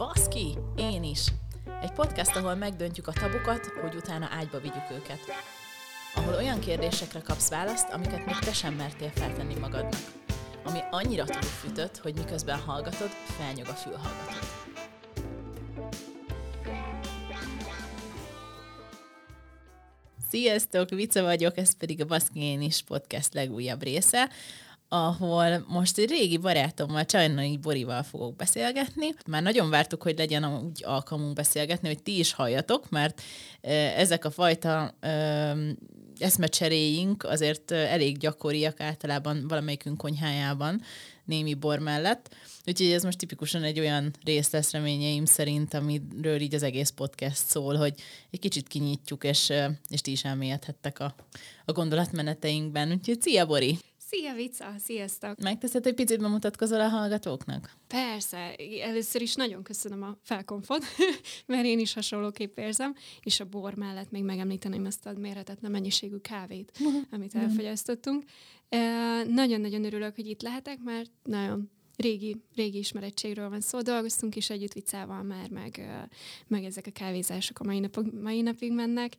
Baszki, én is! Egy podcast, ahol megdöntjük a tabukat, hogy utána ágyba vigyük őket. Ahol olyan kérdésekre kapsz választ, amiket még te sem mertél feltenni magadnak. Ami annyira túlfűtött, hogy miközben hallgatod, felnyog a fülhallgatód. Sziasztok, Vica vagyok, ez pedig a Baszki, én is podcast legújabb része, ahol most egy régi barátommal, Csajnai Borival fogok beszélgetni. Már nagyon vártuk, hogy legyen úgy alkalmunk beszélgetni, hogy ti is halljatok, mert ezek a fajta eszmecseréink azért elég gyakoriak általában valamelyikünk konyhájában, némi bor mellett. Úgyhogy ez most tipikusan egy olyan rész lesz reményeim szerint, amiről így az egész podcast szól, hogy egy kicsit kinyitjuk, és ti is elmélyedhettek a gondolatmeneteinkben. Úgyhogy szia, Bori! Szia, Vica! Sziasztok! Megteszed, hogy picit bemutatkozol a hallgatóknak? Persze! Először is nagyon köszönöm a felkonfot, mert én is hasonlóképp érzem, és a bor mellett még megemlíteném ezt a mérhetetlen mennyiségű kávét, amit elfogyasztottunk. Nagyon-nagyon örülök, hogy itt lehetek, mert nagyon régi ismerettségről van szó. Dolgoztunk is együtt Vicával már, meg ezek a kávézások a mai napig mennek.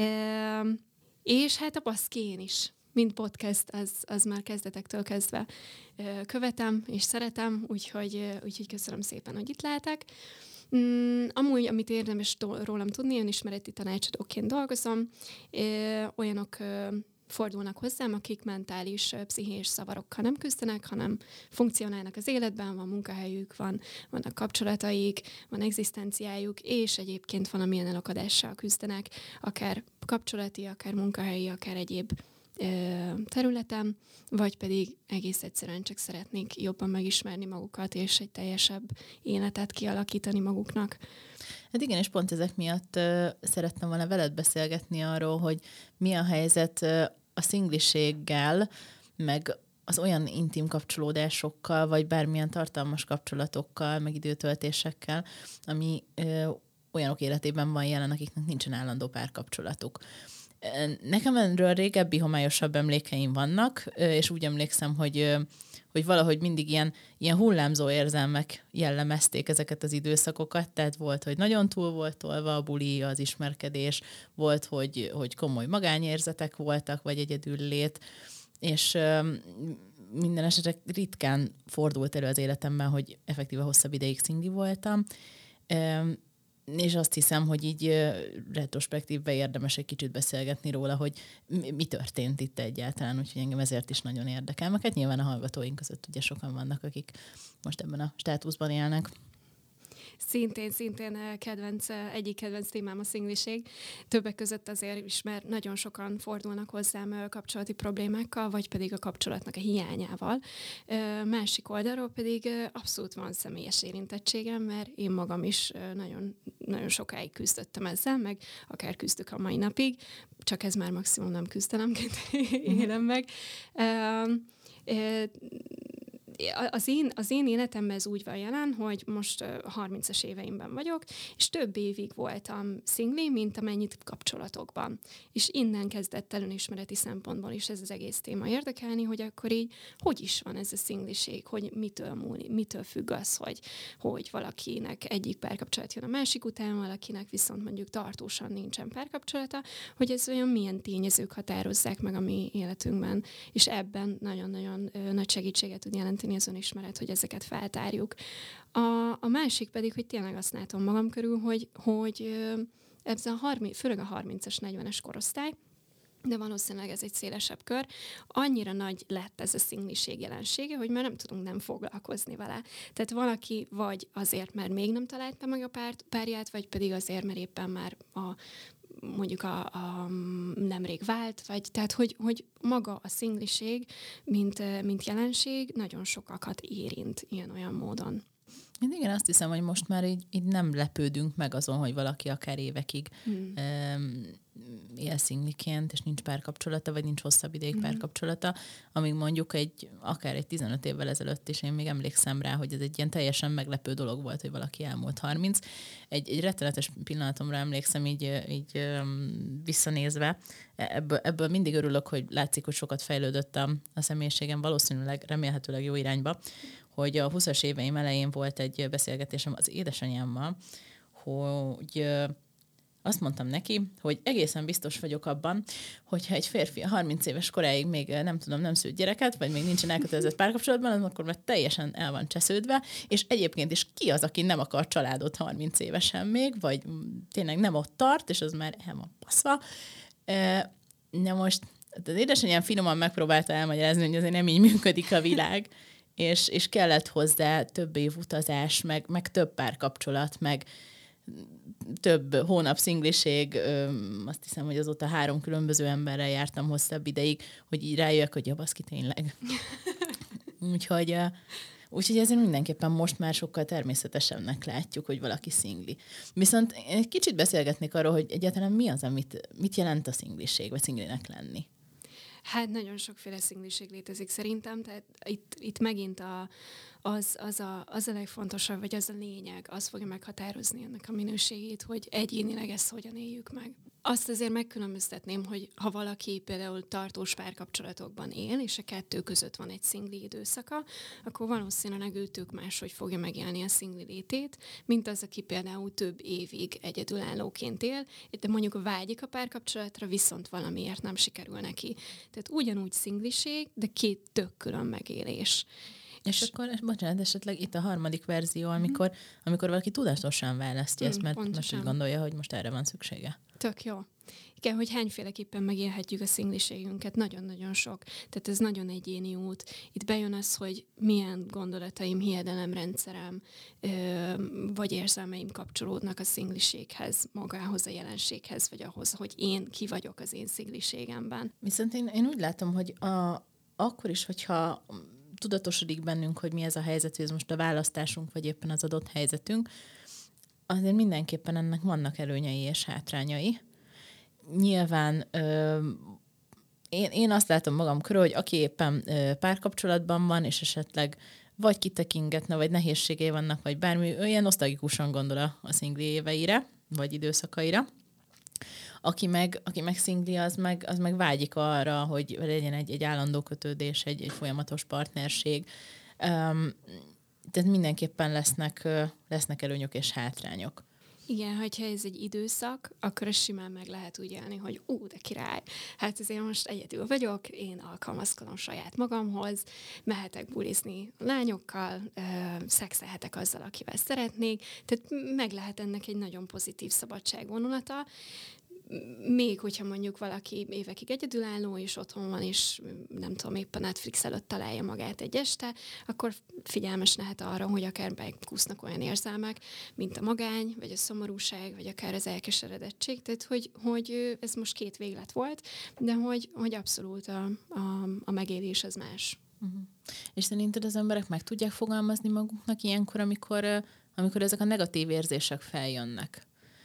És hát a Baszki, én is. Mint podcast, az már kezdetektől kezdve követem és szeretem, úgyhogy köszönöm szépen, hogy itt lehetek. Amúgy, amit érdemes rólam tudni, én ismereti tanácsadóként dolgozom. Olyanok fordulnak hozzám, akik mentális, pszichés zavarokkal nem küzdenek, hanem funkcionálnak az életben, van munkahelyük, vannak kapcsolataik, van egzisztenciájuk, és egyébként valamilyen elakadással küzdenek, akár kapcsolati, akár munkahelyi, akár egyéb területen, vagy pedig egész egyszerűen csak szeretnék jobban megismerni magukat, és egy teljesebb életet kialakítani maguknak. Hát igen, és pont ezek miatt szerettem volna veled beszélgetni arról, hogy mi a helyzet a szingliséggel, meg az olyan intim kapcsolódásokkal, vagy bármilyen tartalmas kapcsolatokkal, meg időtöltésekkel, ami olyanok életében van jelen, akiknek nincsen állandó párkapcsolatuk. Nekem erről régebbi, homályosabb emlékeim vannak, és úgy emlékszem, hogy valahogy mindig ilyen hullámzó érzelmek jellemezték ezeket az időszakokat, tehát volt, hogy nagyon túl volt tolva a buli, az ismerkedés, volt, hogy komoly magányérzetek voltak, vagy egyedüllét, és minden esetre ritkán fordult elő az életemben, hogy effektíve hosszabb ideig szingli voltam, és azt hiszem, hogy így retrospektívben érdemes egy kicsit beszélgetni róla, hogy mi történt itt egyáltalán, úgyhogy engem ezért is nagyon érdekel. Meg hát nyilván a hallgatóink között ugye sokan vannak, akik most ebben a státuszban élnek. Szintén egyik kedvenc témám a szingliség. Többek között azért is, mert nagyon sokan fordulnak hozzám kapcsolati problémákkal, vagy pedig a kapcsolatnak a hiányával. Másik oldalról pedig abszolút van személyes érintettségem, mert én magam is nagyon, nagyon sokáig küzdöttem ezzel, meg akár küzdök a mai napig, csak ez már maximum nem küzdelemként élem meg. Az én életemben ez úgy van jelen, hogy most 30-as éveimben vagyok, és több évig voltam szingli, mint amennyit kapcsolatokban. És innen kezdett el önismereti szempontból is ez az egész téma érdekelni, hogy akkor így hogy is van ez a szingliség, hogy mitől függ az, hogy valakinek egyik párkapcsolat jön a másik után, valakinek viszont mondjuk tartósan nincsen párkapcsolata, hogy ez olyan milyen tényezők határozzák meg a mi életünkben, és ebben nagyon-nagyon nagy segítséget tud jelenteni az önismeret, hogy ezeket feltárjuk. A másik pedig, hogy tényleg azt látom magam körül, hogy ez főleg a 30-as, 40-es korosztály, de valószínűleg ez egy szélesebb kör, annyira nagy lett ez a szingliség jelensége, hogy már nem tudunk nem foglalkozni vele. Tehát valaki vagy azért, mert még nem találta meg a párját, vagy pedig azért, mert éppen már mondjuk nemrég vált, vagy tehát, hogy maga a szingliség, mint jelenség, nagyon sokakat érint ilyen-olyan módon. Én igen, azt hiszem, hogy most már így nem lepődünk meg azon, hogy valaki akár évekig él szingliként, és nincs párkapcsolata, vagy nincs hosszabb ideig párkapcsolata, amíg mondjuk akár egy 15 évvel ezelőtt is én még emlékszem rá, hogy ez egy ilyen teljesen meglepő dolog volt, hogy valaki elmúlt 30. Egy rettenetes pillanatomra emlékszem így visszanézve. Ebből mindig örülök, hogy látszik, hogy sokat fejlődött a személyiségem, valószínűleg, remélhetőleg jó irányba, hogy a 20-as éveim elején volt egy beszélgetésem az édesanyámmal, hogy azt mondtam neki, hogy egészen biztos vagyok abban, hogyha egy férfi a 30 éves koráig még nem szült gyereket, vagy még nincsen elkötelezett párkapcsolatban, akkor már teljesen el van csesződve, és egyébként is ki az, aki nem akar családot 30 évesen még, vagy tényleg nem ott tart, és az már el van passzva. Na most az édesanyám finoman megpróbálta elmagyarázni, hogy azért nem így működik a világ, és kellett hozzá több év utazás, meg több párkapcsolat, meg több hónap szingliség, azt hiszem, hogy azóta 3 különböző emberrel jártam hosszabb ideig, hogy így rájöjjek, hogy baszki tényleg. Úgyhogy ezért mindenképpen most már sokkal természetesebbnek látjuk, hogy valaki szingli. Viszont egy kicsit beszélgetnék arról, hogy egyáltalán mi az, mit jelent a szingliség, vagy szinglinek lenni. Hát nagyon sokféle szingliség létezik szerintem, tehát itt megint az a legfontosabb, vagy az a lényeg, az fogja meghatározni ennek a minőségét, hogy egyénileg ezt hogyan éljük meg. Azt azért megkülönböztetném, hogy ha valaki például tartós párkapcsolatokban él, és a 2 között van egy szingli időszaka, akkor valószínűleg ő tök máshogy fogja megélni a szingli létét, mint az, aki például több évig egyedülállóként él, de mondjuk vágyik a párkapcsolatra, viszont valamiért nem sikerül neki. Tehát ugyanúgy szingliség, de 2 tök külön megélés. És akkor, bocsánat, esetleg itt a harmadik verzió, amikor valaki tudatosan választja ezt, mert most úgy gondolja, hogy most erre van szüksége. Tök jó. Igen, hogy hányféleképpen megélhetjük a szingliségünket, nagyon-nagyon sok. Tehát ez nagyon egyéni út. Itt bejön az, hogy milyen gondolataim, hiedelemrendszerem, vagy érzelmeim kapcsolódnak a szingliséghez, magához a jelenséghez, vagy ahhoz, hogy én ki vagyok az én szingliségemben. Viszont én úgy látom, hogy akkor is, hogyha tudatosodik bennünk, hogy mi ez a helyzet, hogy ez most a választásunk, vagy éppen az adott helyzetünk, azért mindenképpen ennek vannak előnyei és hátrányai. Nyilván én azt látom magam körül, hogy aki éppen párkapcsolatban van, és esetleg vagy kitekingetne, vagy nehézségei vannak, vagy bármi, olyan nosztalgikusan gondol a szingli éveire, vagy időszakaira. Aki meg szingli, az meg vágyik arra, hogy legyen egy állandó kötődés, egy folyamatos partnerség. Tehát mindenképpen lesznek előnyök és hátrányok. Igen, hogyha ez egy időszak, akkor ez simán meg lehet úgy élni, hogy de király, hát azért most egyedül vagyok, én alkalmazkodom saját magamhoz, mehetek bulizni lányokkal, szexelhetek azzal, akivel szeretnék, tehát meg lehet ennek egy nagyon pozitív szabadságvonulata, még hogyha mondjuk valaki évekig egyedülálló, és otthon van, és nem tudom, éppen Netflix előtt találja magát egy este, akkor figyelmes lehet arra, hogy akár bekúsznak olyan érzelmek, mint a magány, vagy a szomorúság, vagy akár az elkeseredettség, tehát hogy ez most 2 véglet volt, de hogy abszolút a megélés az más. Uh-huh. És szerinted az emberek meg tudják fogalmazni maguknak ilyenkor, amikor ezek a negatív érzések feljönnek?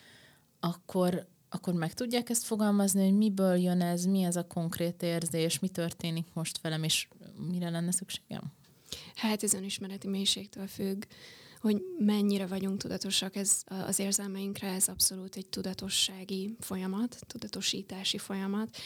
Akkor meg tudják ezt fogalmazni, hogy miből jön ez, mi ez a konkrét érzés, mi történik most velem, és mire lenne szükségem? Hát ez önismereti mélységtől függ, hogy mennyire vagyunk tudatosak ez az érzelmeinkre, ez abszolút egy tudatossági folyamat, tudatosítási folyamat.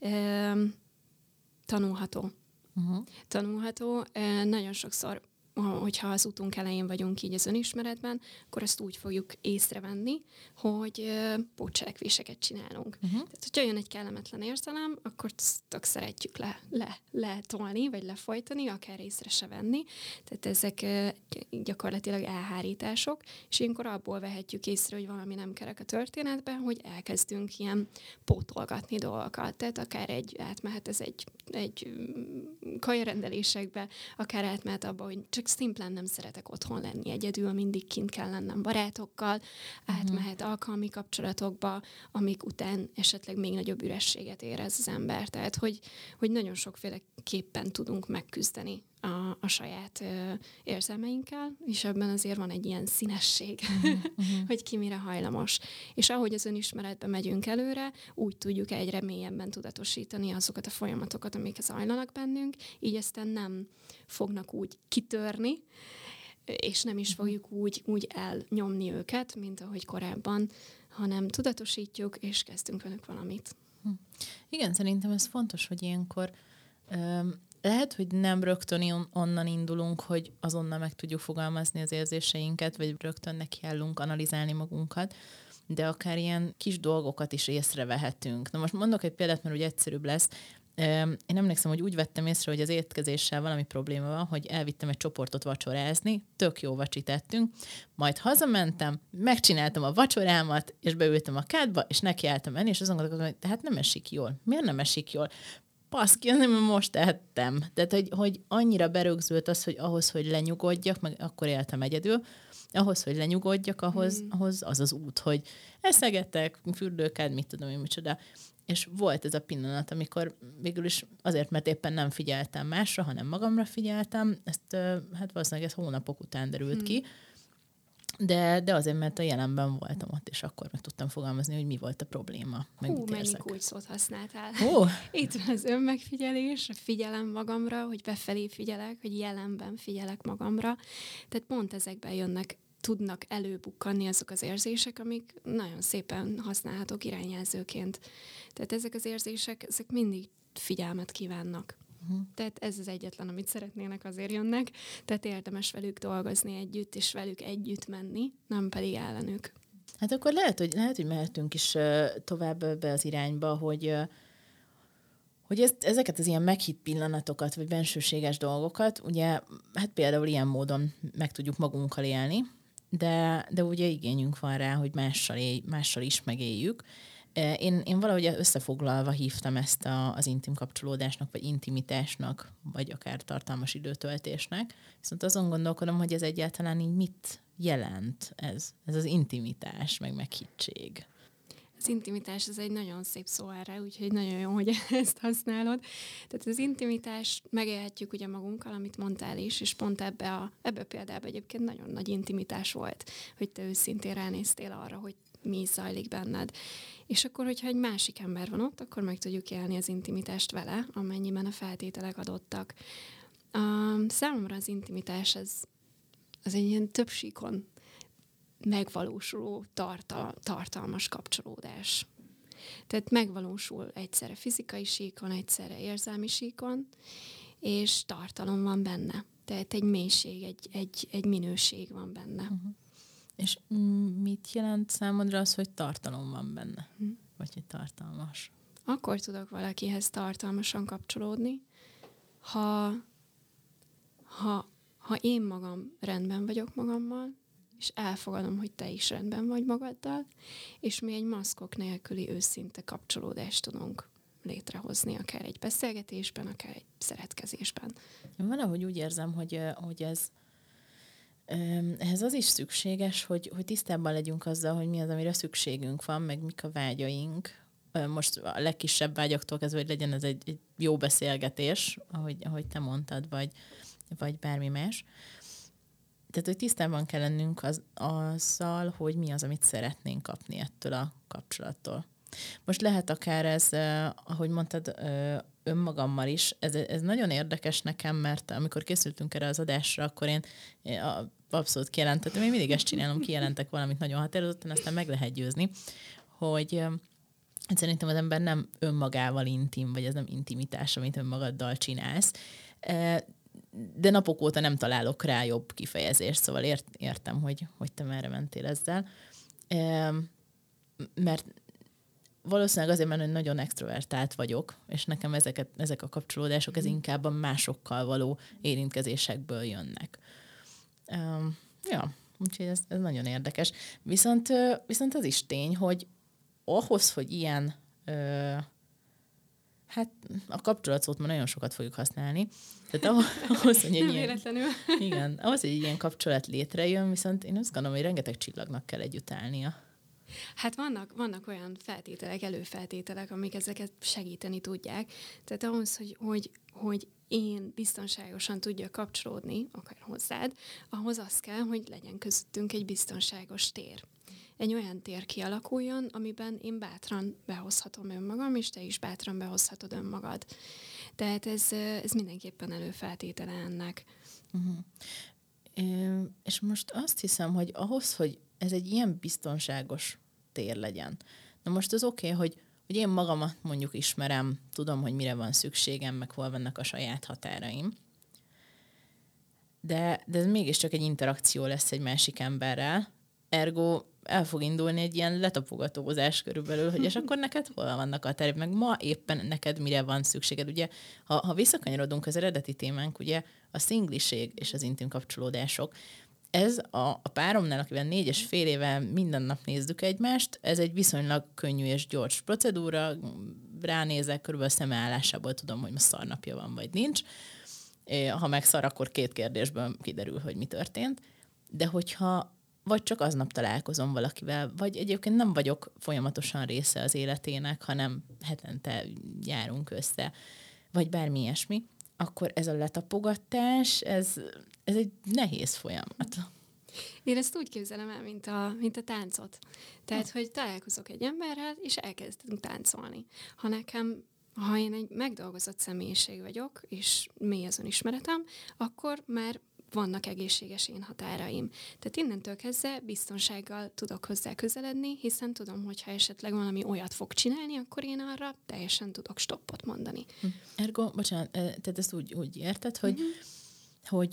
Tanulható. Uh-huh. Tanulható. Nagyon sokszor, hogyha az útunk elején vagyunk így az önismeretben, akkor azt úgy fogjuk észrevenni, hogy pótcselekvéseket csinálunk. Uh-huh. Tehát, hogyha jön egy kellemetlen érzelem, akkor tök szeretjük letolni, vagy lefolytani, akár észre se venni. Tehát ezek gyakorlatilag elhárítások, és ilyenkor abból vehetjük észre, hogy valami nem kerek a történetben, hogy elkezdünk ilyen pótolgatni dolgokat. Tehát akár átmehet ez egy kajarendelésekbe, akár átmehet abba, hogy csak szimplán nem szeretek otthon lenni egyedül, mindig kint kell lennem barátokkal, átmehet alkalmi kapcsolatokba, amik után esetleg még nagyobb ürességet érez az ember. Tehát, hogy nagyon sokféleképpen tudunk megküzdeni a saját érzelmeinkkel, és ebben azért van egy ilyen színesség, hogy ki mire hajlamos. És ahogy az önismeretbe megyünk előre, úgy tudjuk egyre mélyebben tudatosítani azokat a folyamatokat, amik zajlanak bennünk, így aztán nem fognak úgy kitörni, és nem is fogjuk úgy elnyomni őket, mint ahogy korábban, hanem tudatosítjuk, és kezdünk velük valamit. Igen, szerintem ez fontos, hogy ilyenkor lehet, hogy nem rögtön onnan indulunk, hogy azonnal meg tudjuk fogalmazni az érzéseinket, vagy rögtön nekiállunk analizálni magunkat, de akár ilyen kis dolgokat is észrevehetünk. Na most mondok egy példát, mert úgy egyszerűbb lesz. Én emlékszem, hogy úgy vettem észre, hogy az étkezéssel valami probléma van, hogy elvittem egy csoportot vacsorázni, tök jó vacsit ettünk, majd hazamentem, megcsináltam a vacsorámat, és beültem a kádba, és nekiálltam enni, és azon gondolkodtam, hogy tehát nem esik jól. Miért nem esik jól? Paszki, nem most ettem. Tehát, hogy annyira berögzült az, hogy ahhoz, hogy lenyugodjak, meg akkor éltem egyedül, ahhoz, hogy lenyugodjak, ahhoz az az út, hogy eszegetek, fürdőkád, mit tudom én, micsoda. És volt ez a pillanat, amikor végül is azért, mert éppen nem figyeltem másra, hanem magamra figyeltem, ezt hát valószínűleg ez hónapok után derült ki, de azért, mert a jelenben voltam ott, és akkor meg tudtam fogalmazni, hogy mi volt a probléma. Mennyi kulcsszót használtál. Oh. Itt van az önmegfigyelés, a figyelem magamra, hogy befelé figyelek, hogy jelenben figyelek magamra. Tehát pont ezekben tudnak előbukkanni azok az érzések, amik nagyon szépen használhatók irányjelzőként. Tehát ezek az érzések, ezek mindig figyelmet kívánnak. Tehát ez az egyetlen, amit szeretnének, azért jönnek. Tehát érdemes velük dolgozni együtt, és velük együtt menni, nem pedig ellenük. Hát akkor lehet, hogy mehetünk is tovább be az irányba, hogy ezeket az ilyen meghitt pillanatokat, vagy bensőséges dolgokat, ugye, hát például ilyen módon meg tudjuk magunkkal élni, de ugye igényünk van rá, hogy mással is megéljük. Én valahogy összefoglalva hívtam ezt az intim kapcsolódásnak, vagy intimitásnak, vagy akár tartalmas időtöltésnek. Viszont azon gondolkodom, hogy ez egyáltalán így mit jelent ez az intimitás, meg meghittség. Az intimitás, ez egy nagyon szép szó erre, úgyhogy nagyon jó, hogy ezt használod. Tehát az intimitás megélhetjük ugye magunkkal, amit mondtál is, és pont ebbe például egyébként nagyon nagy intimitás volt, hogy te őszintén ránéztél arra, hogy mi zajlik benned. És akkor, hogyha egy másik ember van ott, akkor meg tudjuk élni az intimitást vele, amennyiben a feltételek adottak. Számomra az intimitás az egy ilyen több síkon megvalósuló tartalmas kapcsolódás. Tehát megvalósul egyszerre fizikai síkon, egyszerre érzelmi síkon, és tartalom van benne. Tehát egy mélység, egy minőség van benne. Uh-huh. És mit jelent számodra az, hogy tartalom van benne? Vagy hogy tartalmas? Akkor tudok valakihez tartalmasan kapcsolódni, ha én magam rendben vagyok magammal, és elfogadom, hogy te is rendben vagy magaddal, és mi egy maszkok nélküli őszinte kapcsolódást tudunk létrehozni, akár egy beszélgetésben, akár egy szeretkezésben. Én valahogy úgy érzem, hogy ehhez az is szükséges, hogy tisztában legyünk azzal, hogy mi az, amire szükségünk van, meg mik a vágyaink. Most a legkisebb vágyaktól kezdve, hogy legyen ez egy jó beszélgetés, ahogy te mondtad, vagy bármi más. Tehát, hogy tisztában kell lennünk azzal, hogy mi az, amit szeretnénk kapni ettől a kapcsolattól. Most lehet akár ez, ahogy mondtad, önmagammal is. Ez nagyon érdekes nekem, mert amikor készültünk erre az adásra, akkor én abszolút kijelentettem, én mindig ezt csinálom, kijelentek valamit nagyon határozottan, aztán meg lehet győzni, hogy szerintem az ember nem önmagával intim, vagy ez nem intimitás, amit önmagaddal csinálsz, de napok óta nem találok rá jobb kifejezést, szóval értem, hogy te merre mentél ezzel. Mert valószínűleg azért, mert nagyon extrovertált vagyok, és nekem ezek a kapcsolódások, ez inkább a másokkal való érintkezésekből jönnek. Úgyhogy ez nagyon érdekes. Viszont az is tény, hogy ahhoz, hogy ilyen hát a kapcsolatszót már nagyon sokat fogjuk használni. Tehát ahhoz, hogy ahhoz, hogy egy ilyen kapcsolat létrejön, viszont én azt gondolom, hogy rengeteg csillagnak kell együtt állnia. Hát vannak olyan feltételek, előfeltételek, amik ezeket segíteni tudják. Tehát ahhoz, hogy én biztonságosan tudjak kapcsolódni, akár hozzád, ahhoz az kell, hogy legyen közöttünk egy biztonságos tér. Egy olyan tér kialakuljon, amiben én bátran behozhatom önmagam, és te is bátran behozhatod önmagad. Tehát ez mindenképpen előfeltétele ennek. És most azt hiszem, hogy ahhoz, hogy ez egy ilyen biztonságos tér legyen. Na most az oké, hogy hogy én magamat mondjuk ismerem, tudom, hogy mire van szükségem, meg hol vannak a saját határaim. De ez mégiscsak egy interakció lesz egy másik emberrel, ergo el fog indulni egy ilyen letapogatózás körülbelül, hogy és akkor neked hol vannak a határaid, meg ma éppen neked mire van szükséged. Ugye, ha visszakanyarodunk az eredeti témánk, ugye a szingliség és az intim kapcsolódások, ez a páromnál, akivel 4,5 éve minden nap nézzük egymást, ez egy viszonylag könnyű és gyors procedúra, ránézek, körülbelül szemeállásából tudom, hogy ma szarnapja van, vagy nincs. Ha meg szar, akkor 2 kérdésből kiderül, hogy mi történt. De hogyha vagy csak aznap találkozom valakivel, vagy egyébként nem vagyok folyamatosan része az életének, hanem hetente járunk össze, vagy bármi ilyesmi, akkor ez a letapogatás, ez egy nehéz folyamat. Én ezt úgy képzelem el, mint a táncot. Tehát, hogy találkozok egy emberrel, és elkezdünk táncolni. Ha én egy megdolgozott személyiség vagyok, és mély az önismeretem, akkor már vannak egészséges én határaim. Tehát innentől kezdve biztonsággal tudok hozzá közeledni, hiszen tudom, hogy ha esetleg valami olyat fog csinálni, akkor én arra teljesen tudok stoppot mondani. Ergo, bocsánat, tehát ezt úgy érted, hogy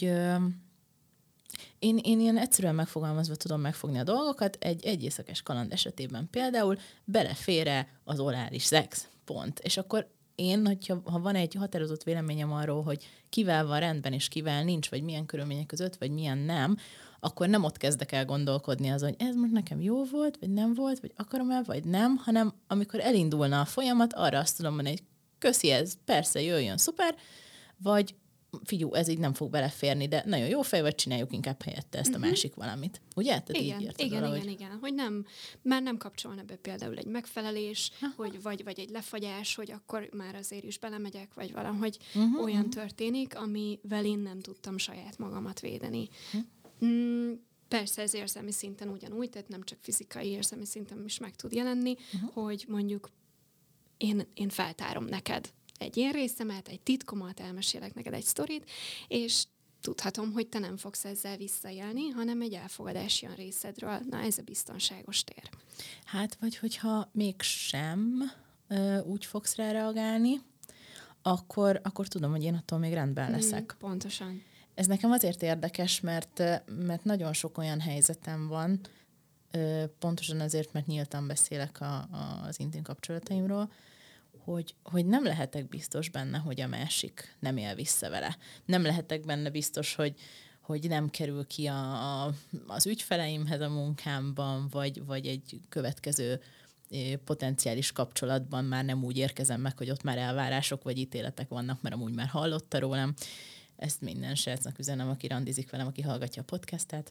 én ilyen egyszerűen megfogalmazva tudom megfogni a dolgokat, egy éjszakás kaland esetében például belefér-e az orális szex, pont. És akkor én, ha van egy határozott véleményem arról, hogy kivel van rendben és kivel nincs, vagy milyen körülmények között, vagy milyen nem, akkor nem ott kezdek el gondolkodni azon, hogy ez most nekem jó volt, vagy nem volt, vagy akarom el, vagy nem, hanem amikor elindulna a folyamat, arra azt tudom mondani, hogy köszi, ez persze jöjjön, szuper, vagy figyú, ez így nem fog beleférni, de nagyon jó fej, vagy csináljuk inkább helyette ezt a másik valamit. Ugye? Tehát Igen. Hogy már nem kapcsolna be például egy megfelelés, vagy egy lefagyás, hogy akkor már azért is belemegyek, vagy valahogy olyan történik, amivel én nem tudtam saját magamat védeni. Persze ez érzelmi szinten ugyanúgy, tehát nem csak fizikai érzelmi szinten is meg tud jelenni, hogy mondjuk én feltárom neked egy én részemet, egy titkomat, elmesélek neked egy sztorit, és tudhatom, hogy te nem fogsz ezzel visszaélni, hanem egy elfogadás jön részedről. Na, ez a biztonságos tér. Hát, vagy hogyha mégsem úgy fogsz rá reagálni, akkor tudom, hogy én attól még rendben leszek. Pontosan. Ez nekem azért érdekes, mert nagyon sok olyan helyzetem van, pontosan azért, mert nyíltan beszélek az intim kapcsolataimról, hogy nem lehetek biztos benne, hogy a másik nem él vissza vele. Nem lehetek benne biztos, hogy nem kerül ki az ügyfeleimhez a munkámban, vagy egy következő potenciális kapcsolatban már nem úgy érkezem meg, hogy ott már elvárások vagy ítéletek vannak, mert amúgy már hallotta rólam. Ezt minden srácnak üzenem, aki randizik velem, aki hallgatja a podcastet.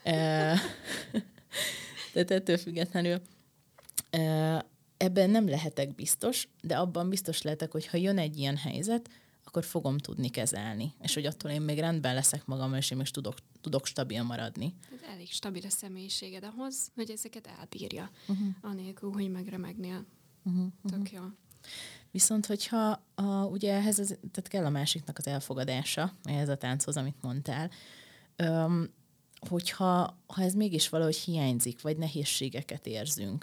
Tehát ettől függetlenül ebben nem lehetek biztos, de abban biztos lehetek, hogy ha jön egy ilyen helyzet, akkor fogom tudni kezelni. És hogy attól én még rendben leszek magammal, és én még tudok stabil maradni. Hát elég stabil a személyiséged ahhoz, hogy ezeket elbírja, anélkül, hogy megremegnél. Tök jó. Viszont, hogyha ugye tehát kell a másiknak az elfogadása, ehhez a tánchoz, amit mondtál, hogyha ez mégis valahogy hiányzik, vagy nehézségeket érzünk,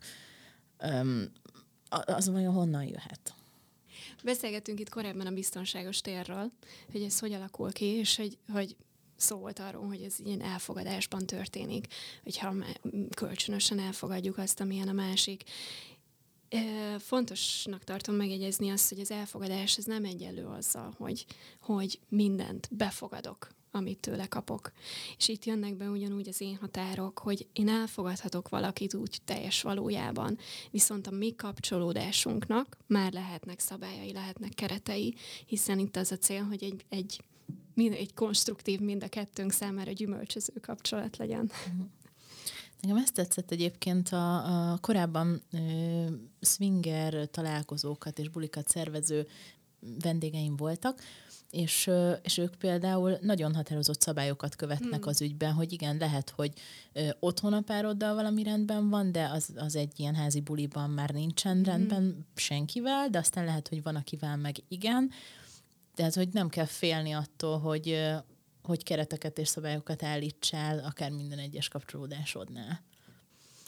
az vajon honnan jöhet? Beszélgettünk itt korábban a biztonságos térről, hogy ez hogy alakul ki, és hogy szó volt arról, hogy ez ilyen elfogadásban történik, hogyha kölcsönösen elfogadjuk azt, amilyen a másik. Fontosnak tartom megjegyezni azt, hogy az elfogadás ez nem egyenlő azzal, hogy mindent befogadok, amit tőle kapok. És itt jönnek be ugyanúgy az én határok, hogy én elfogadhatok valakit úgy teljes valójában, viszont a mi kapcsolódásunknak már lehetnek szabályai, lehetnek keretei, hiszen itt az a cél, hogy egy konstruktív, mind a kettőnk számára gyümölcsöző kapcsolat legyen. Nekem ezt tetszett egyébként a korábban swinger találkozókat és bulikat szervező vendégeim voltak, és ők például nagyon határozott szabályokat követnek az ügyben, hogy igen, lehet, hogy otthon a pároddal valami rendben van, de az egy ilyen házi buliban már nincsen rendben senkivel, de aztán lehet, hogy van, akivel meg igen. Tehát, hogy nem kell félni attól, hogy kereteket és szabályokat állítsál, akár minden egyes kapcsolódásodnál.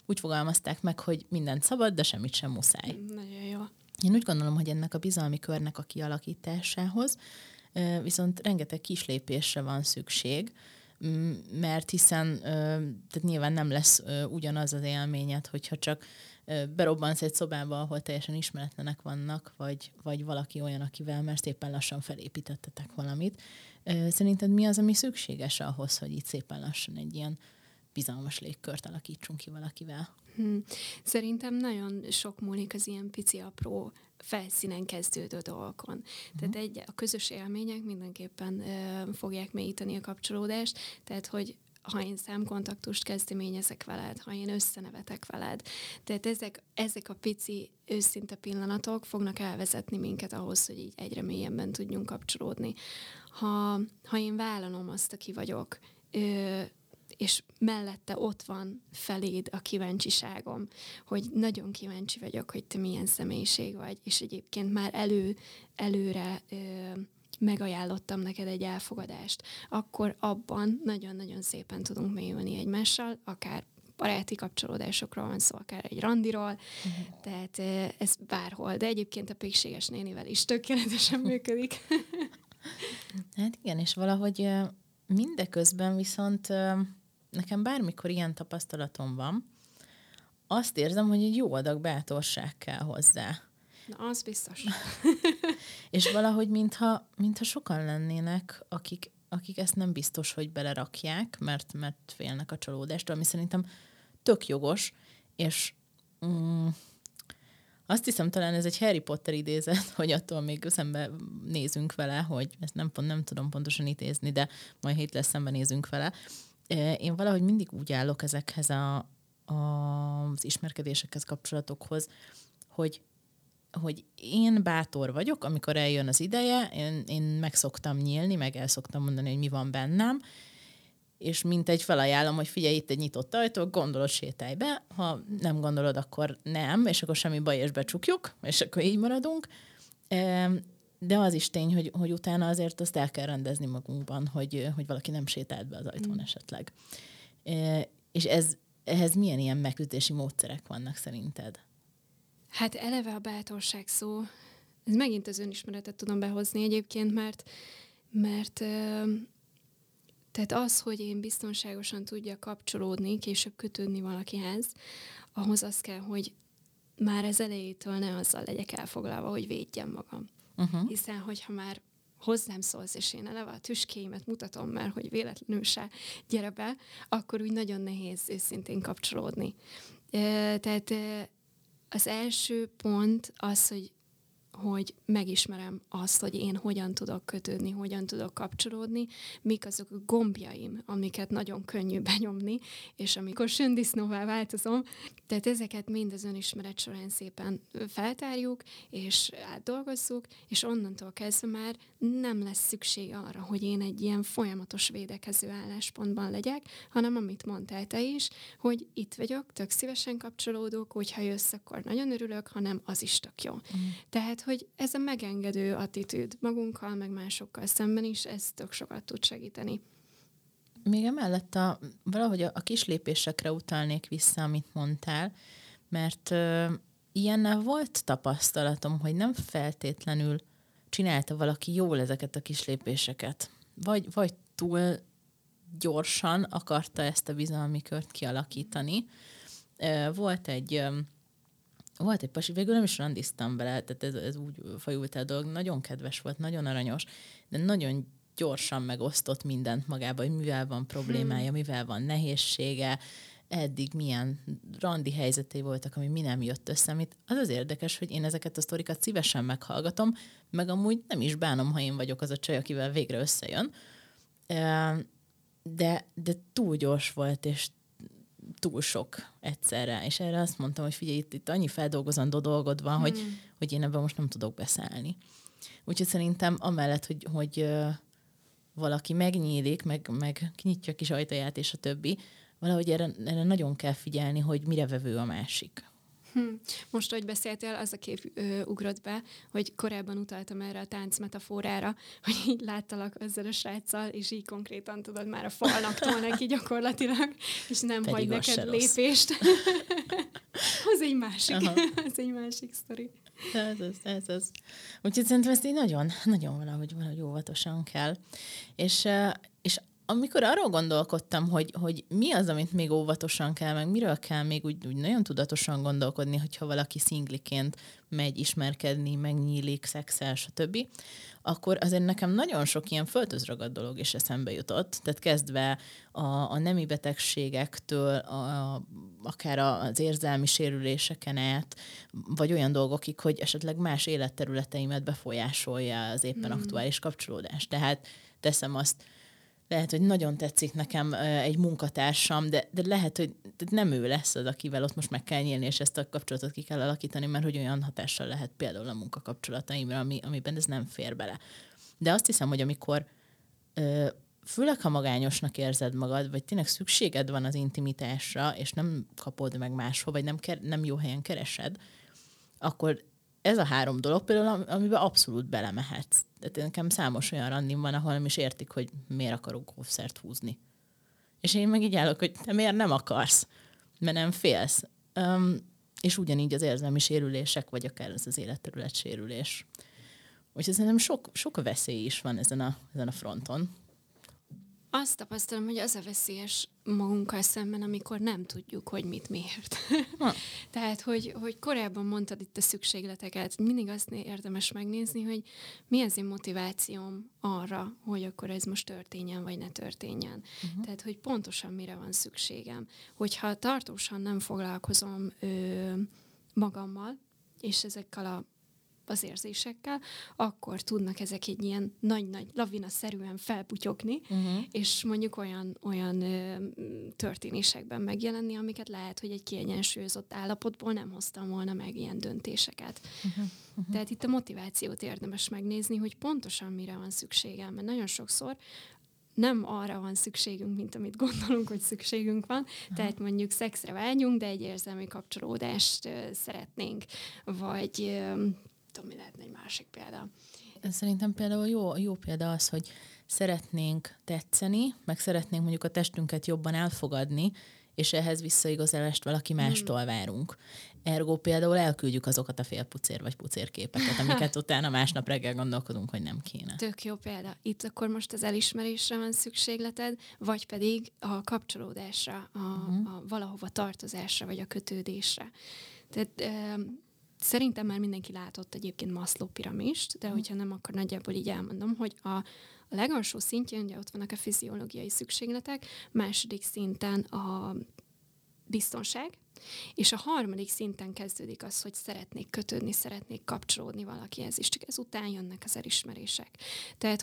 úgy fogalmazták meg, hogy mindent szabad, de semmit sem muszáj. Nagyon jó. Én úgy gondolom, hogy ennek a bizalmi körnek a kialakításához viszont rengeteg kislépésre van szükség, mert hiszen tehát nyilván nem lesz ugyanaz az élményed, hogyha csak berobbansz egy szobába, ahol teljesen ismeretlenek vannak, vagy valaki olyan, akivel már szépen lassan felépítettetek valamit. Szerinted mi az, ami szükséges ahhoz, hogy itt szépen lassan egy ilyen bizalmas légkört alakítsunk ki valakivel? Szerintem nagyon sok múlik az ilyen pici, apró felszínen kezdődő dolgokon. Tehát a közös élmények mindenképpen fogják mélyíteni a kapcsolódást, tehát hogy ha én számkontaktust kezdeményezek veled, ha én összenevetek veled. Tehát ezek a pici, őszinte pillanatok fognak elvezetni minket ahhoz, hogy így egyre mélyebben tudjunk kapcsolódni. Ha én vállalom azt, aki vagyok, és mellette ott van feléd a kíváncsiságom, hogy nagyon kíváncsi vagyok, hogy te milyen személyiség vagy, és egyébként már előre megajánlottam neked egy elfogadást, akkor abban nagyon-nagyon szépen tudunk mélyülni egymással, akár baráti kapcsolódásokról van szó, akár egy randiról, tehát ez bárhol, de egyébként a pékséges nénivel is tökéletesen működik. Hát igen, és valahogy mindeközben viszont nekem bármikor ilyen tapasztalatom van, azt érzem, hogy egy jó adag bátorság kell hozzá. Na, az biztos. És valahogy mintha sokan lennének, akik ezt nem biztos, hogy belerakják, mert félnek a csalódástól, ami szerintem tök jogos, és azt hiszem, talán ez egy Harry Potter idézet, hogy attól még szembe nézünk vele, hogy ezt nem tudom pontosan idézni, de majd hét lesz szembe nézünk vele. Én valahogy mindig úgy állok ezekhez az ismerkedésekhez, kapcsolatokhoz, hogy én bátor vagyok, amikor eljön az ideje, én meg szoktam nyílni, meg el szoktam mondani, hogy mi van bennem, és mint egy felajánlom, hogy figyelj, itt egy nyitott ajtó, gondolod, sétálj be, ha nem gondolod, akkor nem, és akkor semmi baj, és becsukjuk, és akkor így maradunk. De az is tény, hogy utána azért azt el kell rendezni magunkban, hogy valaki nem sétált be az ajtón esetleg. És ehhez milyen ilyen megküzdési módszerek vannak szerinted? Hát eleve a bátorság szó, ez megint az önismeretet tudom behozni egyébként, mert tehát az, hogy én biztonságosan tudjak kapcsolódni, később kötődni valakihez, ahhoz az kell, hogy már az elejétől ne azzal legyek elfoglalva, hogy védjem magam. Hiszen, hogyha már hozzám szólsz, és én eleve a tüskéimet mutatom már, hogy véletlenül se gyere be, akkor úgy nagyon nehéz őszintén kapcsolódni. Tehát az első pont az, hogy megismerem azt, hogy én hogyan tudok kötődni, hogyan tudok kapcsolódni, mik azok a gombjaim, amiket nagyon könnyű benyomni, és amikor söndisznóvá változom. Tehát ezeket mind az önismeret során szépen feltárjuk, és átdolgozzuk, és onnantól kezdve már nem lesz szükség arra, hogy én egy ilyen folyamatos védekező álláspontban legyek, hanem amit mondtál te is, hogy itt vagyok, tök szívesen kapcsolódok, hogyha jössz, akkor nagyon örülök, hanem az is tök jó. Tehát, hogy ez a megengedő attitűd magunkkal, meg másokkal szemben is, ez tök sokat tud segíteni. Még emellett valahogy a kis lépésekre utalnék vissza, amit mondtál, mert ilyennel volt tapasztalatom, hogy nem feltétlenül csinálta valaki jól ezeket a kis lépéseket. Vagy túl gyorsan akarta ezt a bizalmi kört kialakítani. Volt egy pasi, végül nem is randiztam vele, tehát ez úgy fajult el a dolog, nagyon kedves volt, nagyon aranyos, de nagyon gyorsan megosztott mindent magába, hogy mivel van problémája, mivel van nehézsége, eddig milyen randi helyzetei voltak, ami mi nem jött össze. Az érdekes, hogy én ezeket a sztorikat szívesen meghallgatom, meg amúgy nem is bánom, ha én vagyok az a csaj, akivel végre összejön. De túl gyors volt, és túl sok egyszerre. És erre azt mondtam, hogy figyelj, itt annyi feldolgozandó dolgod van, hogy én ebben most nem tudok beszállni. Úgyhogy szerintem amellett, hogy valaki megnyílik, meg kinyitja a kis ajtaját, és a többi, valahogy erre nagyon kell figyelni, hogy mire vevő a másik. Most, ahogy beszéltél, az a kép ugrott be, hogy korábban utaltam erre a tánc metaforára, hogy így láttalak ezzel a sráccal, és így konkrétan tudod, már a falnak tol neki gyakorlatilag, és nem pedig hagy neked lépést. Az egy másik sztori. Ez az. Úgyhogy szerintem ezt így nagyon, nagyon valahogy óvatosan kell. És amikor arról gondolkodtam, hogy mi az, amit még óvatosan kell, meg miről kell még úgy nagyon tudatosan gondolkodni, hogyha valaki szingliként megy ismerkedni, megnyílik, szexel, stb., akkor azért nekem nagyon sok ilyen földhözragadt dolog is eszembe jutott. Tehát kezdve a nemi betegségektől, akár az érzelmi sérüléseken át, vagy olyan dolgokig, hogy esetleg más életterületeimet befolyásolja az éppen aktuális kapcsolódás. Tehát teszem azt, lehet, hogy nagyon tetszik nekem egy munkatársam, de lehet, hogy nem ő lesz az, akivel ott most meg kell nyílni, és ezt a kapcsolatot ki kell alakítani, mert hogy olyan hatással lehet például a munkakapcsolataimra, amiben ez nem fér bele. De azt hiszem, hogy amikor főleg, ha magányosnak érzed magad, vagy tényleg szükséged van az intimitásra, és nem kapod meg máshol, vagy nem jó helyen keresed, akkor ez a 3 dolog például, amiben abszolút belemehetsz. Tehát nekem számos olyan randim van, ahol nem is értik, hogy miért akarok golfszert húzni. És én meg így állok, hogy te miért nem akarsz? Mert nem félsz. És ugyanígy az érzelmi sérülések, vagy akár az életterület sérülés. Úgyhogy szerintem sok veszély is van ezen a fronton. Azt tapasztalom, hogy az a veszélyes magunkkal szemben, amikor nem tudjuk, hogy mit miért. Tehát, hogy korábban mondtad itt a szükségleteket, mindig azt érdemes megnézni, hogy mi az én motivációm arra, hogy akkor ez most történjen, vagy ne történjen. Tehát, hogy pontosan mire van szükségem. Hogyha tartósan nem foglalkozom magammal, és ezekkel az érzésekkel, akkor tudnak ezek egy ilyen nagy-nagy lavina-szerűen felputyogni, és mondjuk olyan történésekben megjelenni, amiket lehet, hogy egy kiegyensúlyozott állapotból nem hoztam volna meg ilyen döntéseket. Tehát itt a motivációt érdemes megnézni, hogy pontosan mire van szükségem, mert nagyon sokszor nem arra van szükségünk, mint amit gondolunk, hogy szükségünk van. Tehát mondjuk szexre vágyunk, de egy érzelmi kapcsolódást szeretnénk, vagy mi lehetne egy másik példa? Szerintem például jó példa az, hogy szeretnénk tetszeni, meg szeretnénk mondjuk a testünket jobban elfogadni, és ehhez visszaigazolást valaki mástól várunk. Ergo például elküldjük azokat a félpucér vagy pucérképeket, amiket utána másnap reggel gondolkodunk, hogy nem kéne. Tök jó példa. Itt akkor most az elismerésre van szükségleted, vagy pedig a kapcsolódásra, a valahova tartozásra, vagy a kötődésre. Tehát szerintem már mindenki látott egyébként Maslow piramist, de hogyha nem, akkor nagyjából így elmondom, hogy a legalsó szintjén ugye ott vannak a fiziológiai szükségletek, második szinten a biztonság, és a harmadik szinten kezdődik az, hogy szeretnék kötődni, szeretnék kapcsolódni valakihez, és csak ezután jönnek az elismerések. Tehát,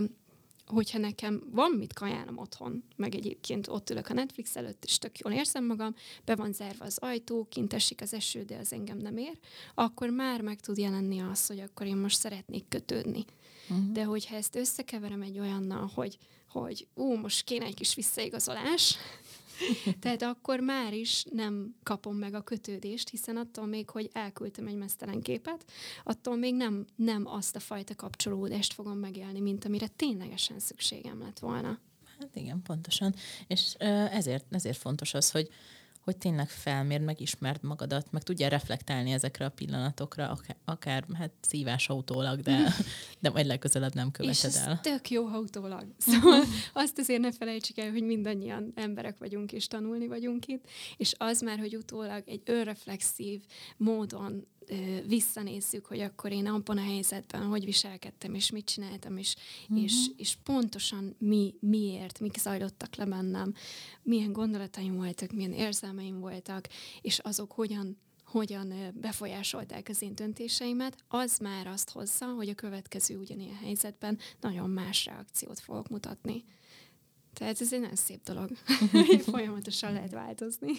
hogyha nekem van mit kajálnom otthon, meg egyébként ott ülök a Netflix előtt, és tök jól érzem magam, be van zárva az ajtó, kint esik az eső, de az engem nem ér, akkor már meg tud jelenni az, hogy akkor én most szeretnék kötődni. De hogyha ezt összekeverem egy olyannal, hogy most kéne egy kis visszaigazolás, tehát akkor már is nem kapom meg a kötődést, hiszen attól még, hogy elküldtem egy meztelen képet, attól még nem azt a fajta kapcsolódást fogom megélni, mint amire ténylegesen szükségem lett volna. Hát igen, pontosan. És ezért fontos az, hogy tényleg felmérd, megismerd magadat, meg tudjál reflektálni ezekre a pillanatokra, akár hát szívás autólag, de majd legközelebb nem követed el. És ez tök jó autólag. Szóval azt azért ne felejtsük el, hogy mindannyian emberek vagyunk, és tanulni vagyunk itt, és az már, hogy utólag egy önreflexív módon visszanézzük, hogy akkor én abban a helyzetben hogy viselkedtem, és mit csináltam, és pontosan miért, mik zajlottak le bennem, milyen gondolataim voltak, milyen érzelmeim voltak, és azok hogyan befolyásolták az én döntéseimet, az már azt hozza, hogy a következő ugyanilyen helyzetben nagyon más reakciót fogok mutatni. Tehát ez egy nagyon szép dolog. Folyamatosan lehet változni.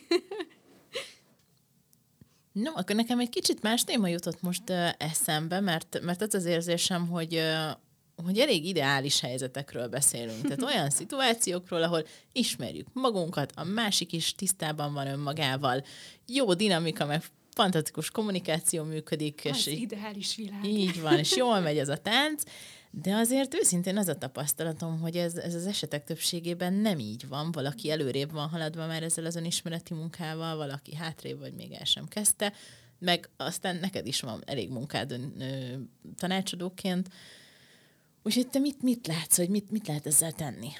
No, akkor nekem egy kicsit más téma jutott most eszembe, mert az érzésem, hogy elég ideális helyzetekről beszélünk. Tehát olyan szituációkról, ahol ismerjük magunkat, a másik is tisztában van önmagával, jó dinamika, meg fantasztikus kommunikáció működik. Az ideális világ. Így van, és jól megy ez a tánc, de azért őszintén az a tapasztalatom, hogy ez az esetek többségében nem így van. Valaki előrébb van haladva már ezzel az önismereti munkával, valaki hátrébb, vagy még el sem kezdte, meg aztán neked is van elég munkád tanácsadóként. Úgyhogy te mit látsz, hogy mit lehet ezzel tenni?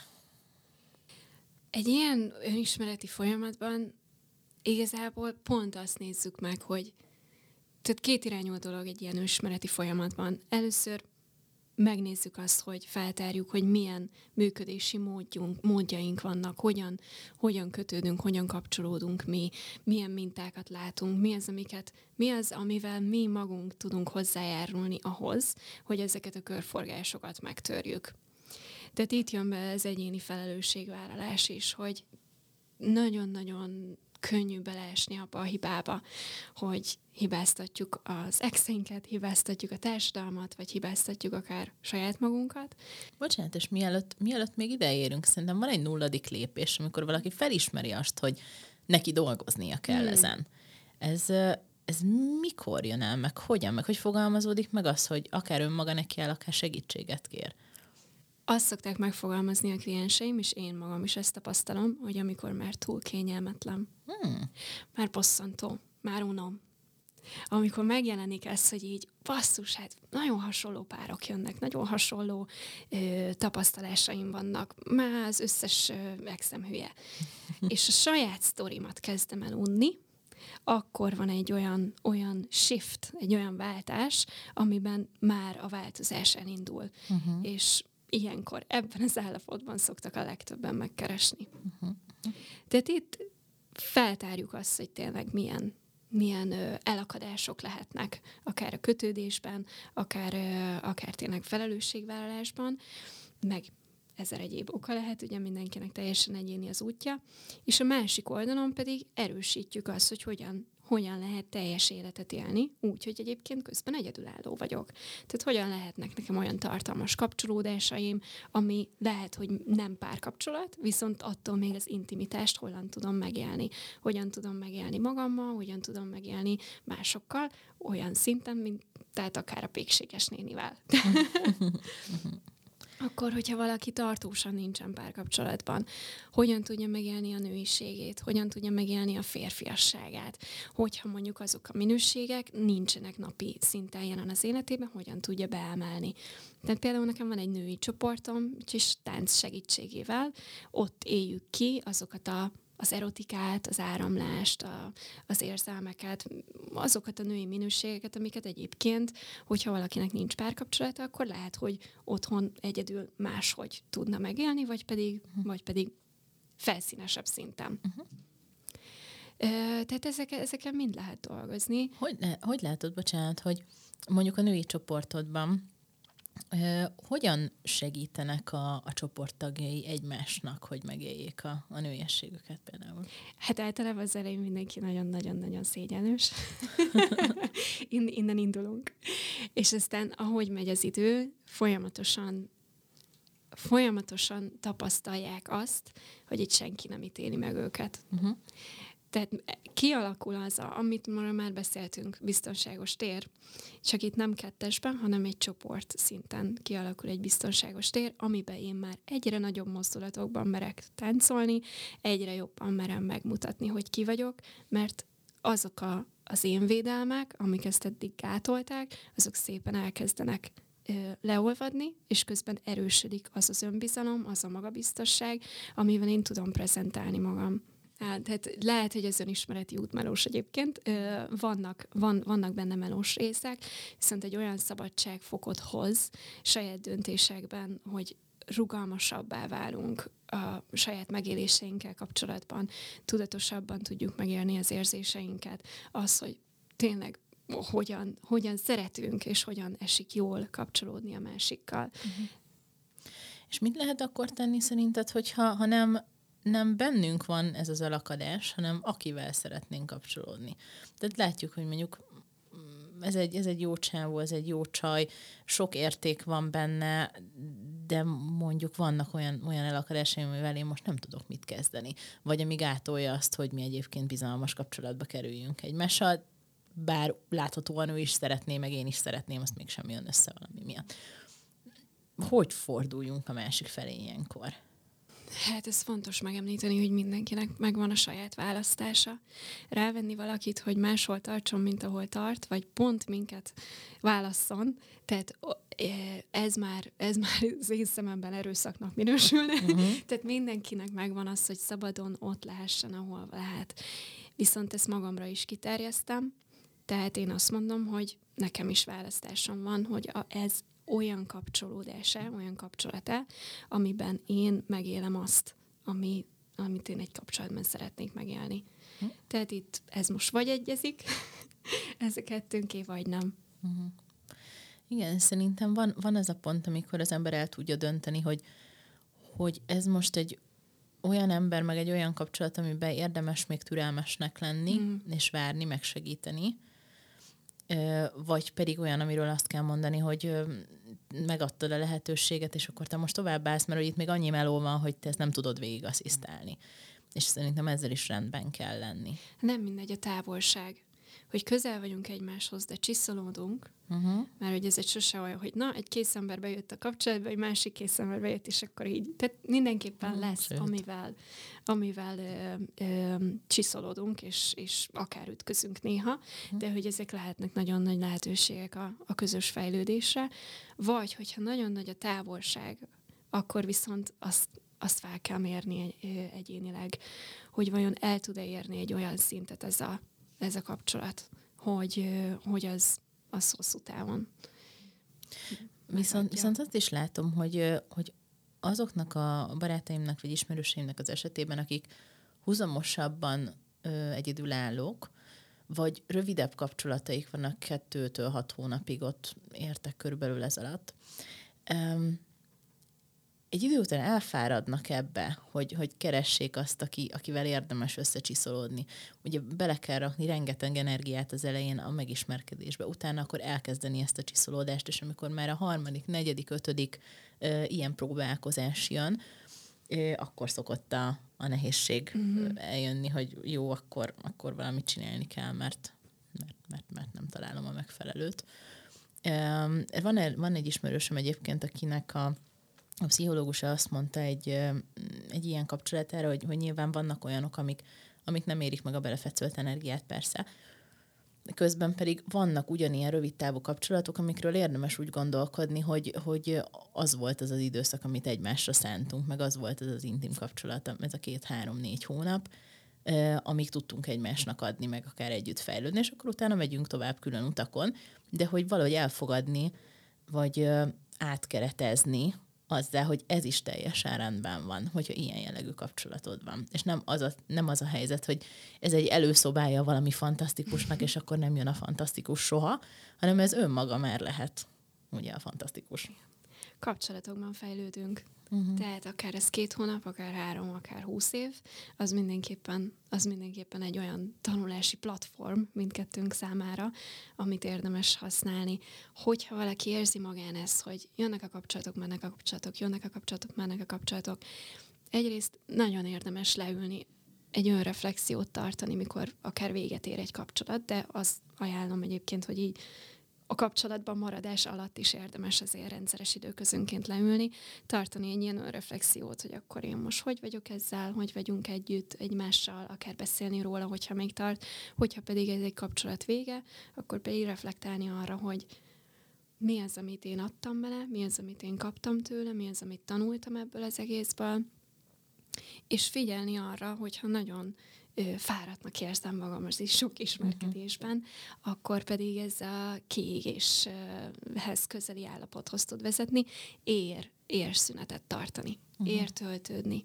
Egy ilyen önismereti folyamatban igazából pont azt nézzük meg, hogy tehát kétirányú a dolog egy ilyen önismereti folyamatban. Először megnézzük azt, hogy feltárjuk, hogy milyen működési módjaink vannak, hogyan kötődünk, hogyan kapcsolódunk mi, milyen mintákat látunk, mi az, amivel mi magunk tudunk hozzájárulni ahhoz, hogy ezeket a körforgásokat megtörjük. Tehát itt jön be az egyéni felelősségvállalás is, hogy nagyon-nagyon könnyű beleesni abba a hibába, hogy hibáztatjuk az exeinket, hibáztatjuk a társadalmat, vagy hibáztatjuk akár saját magunkat. Bocsánat, és mielőtt még ideérünk, szerintem van egy 0. lépés, amikor valaki felismeri azt, hogy neki dolgoznia kell ezen. Ez mikor jön el, meg hogyan, meg hogy fogalmazódik meg az, hogy akár önmaga neki el, akár segítséget kér? Azt szokták megfogalmazni a klienseim, és én magam is ezt tapasztalom, hogy amikor már túl kényelmetlen, már bosszantó, már unom. Amikor megjelenik ez, hogy így basszus, hát nagyon hasonló párok jönnek, nagyon hasonló tapasztalásaim vannak, már az összes exem hülye. És a saját sztorimat kezdem el unni, akkor van egy olyan shift, egy olyan váltás, amiben már a változás elindul. És ilyenkor ebben az állapotban szoktak a legtöbben megkeresni. Tehát itt feltárjuk azt, hogy tényleg milyen elakadások lehetnek, akár a kötődésben, akár tényleg felelősségvállalásban, meg ezer egyéb oka lehet, ugye mindenkinek teljesen egyéni az útja, és a másik oldalon pedig erősítjük azt, hogy hogyan lehet teljes életet élni, úgy, hogy egyébként közben egyedülálló vagyok. Tehát hogyan lehetnek nekem olyan tartalmas kapcsolódásaim, ami lehet, hogy nem párkapcsolat, viszont attól még az intimitást hogyan tudom megélni. Hogyan tudom megélni magammal, hogyan tudom megélni másokkal, olyan szinten, tehát akár a pékséges nénivel. Akkor, hogyha valaki tartósan nincsen párkapcsolatban, hogyan tudja megélni a nőiségét, hogyan tudja megélni a férfiasságát, hogyha mondjuk azok a minőségek nincsenek napi szinten jelen az életében, hogyan tudja beemelni. Tehát például nekem van egy női csoportom, és tánc segítségével ott éljük ki azokat az erotikát, az áramlást, az érzelmeket, azokat a női minőségeket, amiket egyébként, hogyha valakinek nincs párkapcsolata, akkor lehet, hogy otthon egyedül máshogy tudna megélni, vagy pedig felszínesebb szinten. Tehát ezeken mind lehet dolgozni. Hogy látod, bocsánat, hogy mondjuk a női csoportodban hogyan segítenek a csoporttagjai egymásnak, hogy megéljék a nőiességüket például? Hát általában az elején mindenki nagyon-nagyon-nagyon szégyenős. Innen indulunk. És aztán, ahogy megy az idő, folyamatosan tapasztalják azt, hogy itt senki nem ítéli meg őket. Tehát kialakul az, amit már beszéltünk, biztonságos tér, csak itt nem kettesben, hanem egy csoport szinten kialakul egy biztonságos tér, amiben én már egyre nagyobb mozdulatokban merek táncolni, egyre jobban merem megmutatni, hogy ki vagyok, mert azok az én védelmek, amik ezt eddig gátolták, azok szépen elkezdenek leolvadni, és közben erősödik az az önbizalom, az a magabiztosság, amivel én tudom prezentálni magam. Tehát lehet, hogy az önismereti út melós egyébként, vannak benne melós részek, viszont egy olyan szabadságfokot hoz saját döntésekben, hogy rugalmasabbá válunk a saját megéléseinkkel kapcsolatban, tudatosabban tudjuk megélni az érzéseinket, az, hogy tényleg hogyan szeretünk, és hogyan esik jól kapcsolódni a másikkal. És mit lehet akkor tenni szerinted, hogyha nem bennünk van ez az elakadás, hanem akivel szeretnénk kapcsolódni. Tehát látjuk, hogy mondjuk ez egy jó csávó, ez egy jó csaj, sok érték van benne, de mondjuk vannak olyan elakadásaim, amivel én most nem tudok mit kezdeni. Vagy ami gátolja azt, hogy mi egyébként bizalmas kapcsolatba kerüljünk egymással. bár láthatóan ő is szeretné, meg én is szeretném, azt mégsem jön össze valami miatt. Hogy forduljunk a másik felé ilyenkor? Hát ez fontos megemlíteni, hogy mindenkinek megvan a saját választása. Rávenni valakit, hogy máshol tartson, mint ahol tart, vagy pont minket válasszon, tehát ez már az én szememben erőszaknak minősülne. Tehát mindenkinek megvan az, hogy szabadon ott lehessen, ahol lehet. Viszont ezt magamra is kiterjesztem, tehát én azt mondom, hogy nekem is választásom van, hogy ez olyan kapcsolódása, olyan kapcsolata, amiben én megélem azt, amit én egy kapcsolatban szeretnék megélni. Tehát itt ez most vagy egyezik, ez a kettőnké, vagy nem. Igen, szerintem van az a pont, amikor az ember el tudja dönteni, hogy ez most egy olyan ember, meg egy olyan kapcsolat, amiben érdemes még türelmesnek lenni, és várni, megsegíteni, vagy pedig olyan, amiről azt kell mondani, hogy megadtad a lehetőséget, és akkor te most továbbállsz, mert hogy itt még annyi meló van, hogy te ezt nem tudod végig asszisztálni. És szerintem ezzel is rendben kell lenni. Nem mindegy a távolság. Hogy közel vagyunk egymáshoz, de csiszolódunk, mert hogy ez egy sose olyan, hogy na, egy kész ember bejött a kapcsolatba, egy másik kész ember bejött, és akkor így. Tehát mindenképpen lesz, amivel csiszolódunk, és akár ütközünk néha, de hogy ezek lehetnek nagyon nagy lehetőségek a közös fejlődésre. Vagy, hogyha nagyon nagy a távolság, akkor viszont azt fel kell mérni egyénileg, hogy vajon el tud-e érni egy olyan szintet ez a kapcsolat, hogy az hosszú távon. Viszont azt is látom, hogy azoknak a barátaimnak vagy ismerőseimnek az esetében, akik húzamosabban egyedülállók, vagy rövidebb kapcsolataik vannak 2-től 6 hónapig, ott értek körülbelül ez alatt, egy idő után elfáradnak ebbe, hogy keressék azt, akivel érdemes összecsiszolódni. Ugye bele kell rakni rengeteg energiát az elején a megismerkedésbe, utána akkor elkezdeni ezt a csiszolódást, és amikor már a 3., 4., 5. Ilyen próbálkozás jön, akkor szokott a nehézség eljönni, hogy jó, akkor valamit csinálni kell, mert nem találom a megfelelőt. Van egy ismerősöm egyébként, akinek a pszichológusa azt mondta egy ilyen kapcsolatára, hogy nyilván vannak olyanok, amik nem érik meg a belefetszolt energiát, persze. Közben pedig vannak ugyanilyen rövidtávú kapcsolatok, amikről érdemes úgy gondolkodni, hogy az volt az időszak, amit egymásra szántunk, meg az volt az intim kapcsolat, ez a 2-3-4 hónap, amíg tudtunk egymásnak adni, meg akár együtt fejlődni, és akkor utána megyünk tovább külön utakon, de hogy valahogy elfogadni, vagy átkeretezni azzal, hogy ez is teljesen rendben van, hogyha ilyen jellegű kapcsolatod van. És nem az a helyzet, hogy ez egy előszobája valami fantasztikusnak, és akkor nem jön a fantasztikus soha, hanem ez önmaga már lehet, ugye, a fantasztikus. Kapcsolatokban fejlődünk. Tehát akár ez 2 hónap, akár 3, akár 20 év, az mindenképpen egy olyan tanulási platform mindkettőnk számára, amit érdemes használni. Hogyha valaki érzi magán ezt, hogy jönnek a kapcsolatok, mennek a kapcsolatok, jönnek a kapcsolatok, mennek a kapcsolatok, egyrészt nagyon érdemes leülni, egy önreflexiót tartani, mikor akár véget ér egy kapcsolat, de azt ajánlom egyébként, hogy így a kapcsolatban maradás alatt is érdemes azért rendszeres időközönként leülni, tartani egy ilyen önreflexiót, hogy akkor én most hogy vagyok ezzel, hogy vagyunk együtt egymással, akár beszélni róla, hogyha még tart, hogyha pedig ez egy kapcsolat vége, akkor pedig reflektálni arra, hogy mi az, amit én adtam bele, mi az, amit én kaptam tőle, mi az, amit tanultam ebből az egészből, és figyelni arra, hogyha nagyon fáradtnak érzem magam az is sok ismerkedésben, akkor pedig ez a kiégéshez közeli állapothoz tud vezetni, ér szünetet tartani, ér töltődni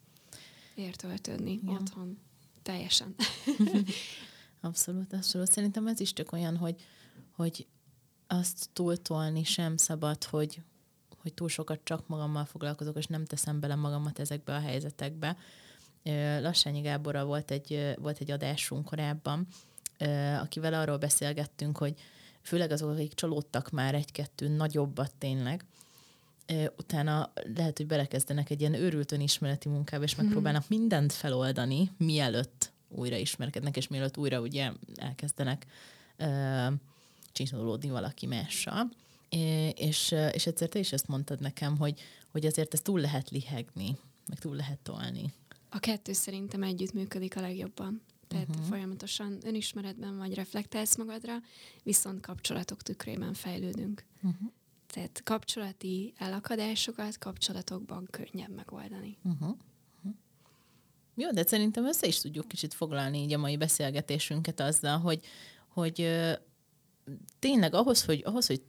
otthon, teljesen. Abszolút. Szerintem ez is tök olyan, hogy azt túltolni sem szabad, hogy túl sokat csak magammal foglalkozok, és nem teszem bele magamat ezekbe a helyzetekbe. Lassányi Gáborral volt egy adásunk korábban, akivel arról beszélgettünk, hogy főleg azok, akik csalódtak már 1-2 nagyobbat tényleg, utána lehet, hogy belekezdenek egy ilyen őrült önismereti munkába, és megpróbálnak mindent feloldani, mielőtt újra ismerkednek, és mielőtt újra ugye elkezdenek csinolodni valaki mással. És egyszer te is ezt mondtad nekem, hogy azért ezt túl lehet lihegni, meg túl lehet tolni. A kettő szerintem együttműködik a legjobban. Tehát folyamatosan önismeretben vagy reflektálsz magadra, viszont kapcsolatok tükrében fejlődünk. Tehát kapcsolati elakadásokat kapcsolatokban könnyebb megoldani. Jó, de szerintem össze is tudjuk kicsit foglalni így a mai beszélgetésünket azzal, hogy tényleg ahhoz, hogy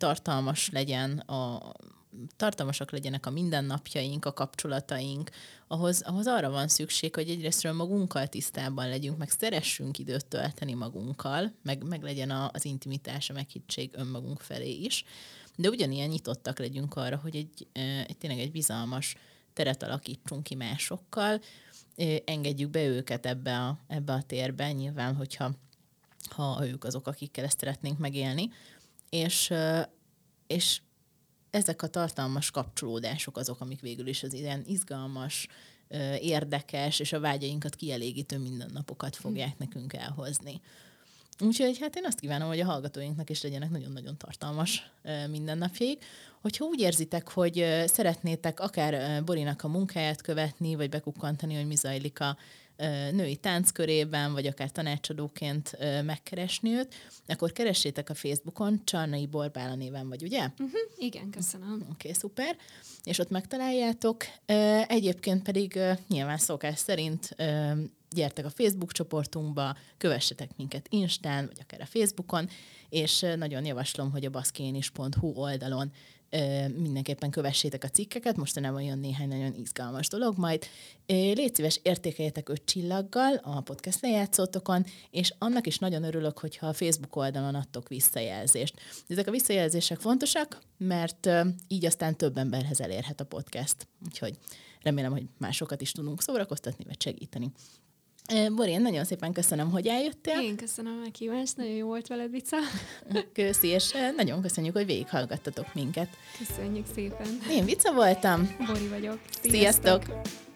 tartalmasak legyenek a mindennapjaink, a kapcsolataink, ahhoz arra van szükség, hogy egyrésztről magunkkal tisztában legyünk, meg szeressünk időt tölteni magunkkal, meg legyen az intimitás, a meghittség önmagunk felé is. De ugyanilyen nyitottak legyünk arra, hogy tényleg egy bizalmas teret alakítsunk ki másokkal, engedjük be őket ebbe a térbe, nyilván, hogyha ők azok, akikkel ezt szeretnénk megélni, és ezek a tartalmas kapcsolódások azok, amik végül is az ilyen izgalmas, érdekes, és a vágyainkat kielégítő mindennapokat fogják nekünk elhozni. Úgyhogy hát én azt kívánom, hogy a hallgatóinknak is legyenek nagyon-nagyon tartalmas mindennapjaik. Hogyha úgy érzitek, hogy szeretnétek akár Borinak a munkáját követni, vagy bekukkantani, hogy mi zajlik a női tánckörében, vagy akár tanácsadóként megkeresni őt, akkor keressétek a Facebookon, Csarnai Borbála néven vagy, ugye? Igen, köszönöm. Oké, szuper. És ott megtaláljátok. Egyébként pedig nyilván szokás szerint gyertek a Facebook csoportunkba, kövessetek minket Instán, vagy akár a Facebookon, és nagyon javaslom, hogy a baszkienis.hu oldalon mindenképpen kövessétek a cikkeket, mostanában jön néhány nagyon izgalmas dolog majd. Légy szíves, értékeljetek 5 csillaggal a podcast lejátszótokon, és annak is nagyon örülök, hogyha a Facebook oldalon adtok visszajelzést. Ezek a visszajelzések fontosak, mert így aztán több emberhez elérhet a podcast. Úgyhogy remélem, hogy másokat is tudunk szórakoztatni, vagy segíteni. Bori, én nagyon szépen köszönöm, hogy eljöttél. Én köszönöm a meghívást, nagyon jó volt veled, Vica. Köszi, és nagyon köszönjük, hogy végighallgattatok minket. Köszönjük szépen. Én Vica voltam. Bori vagyok. Sziasztok!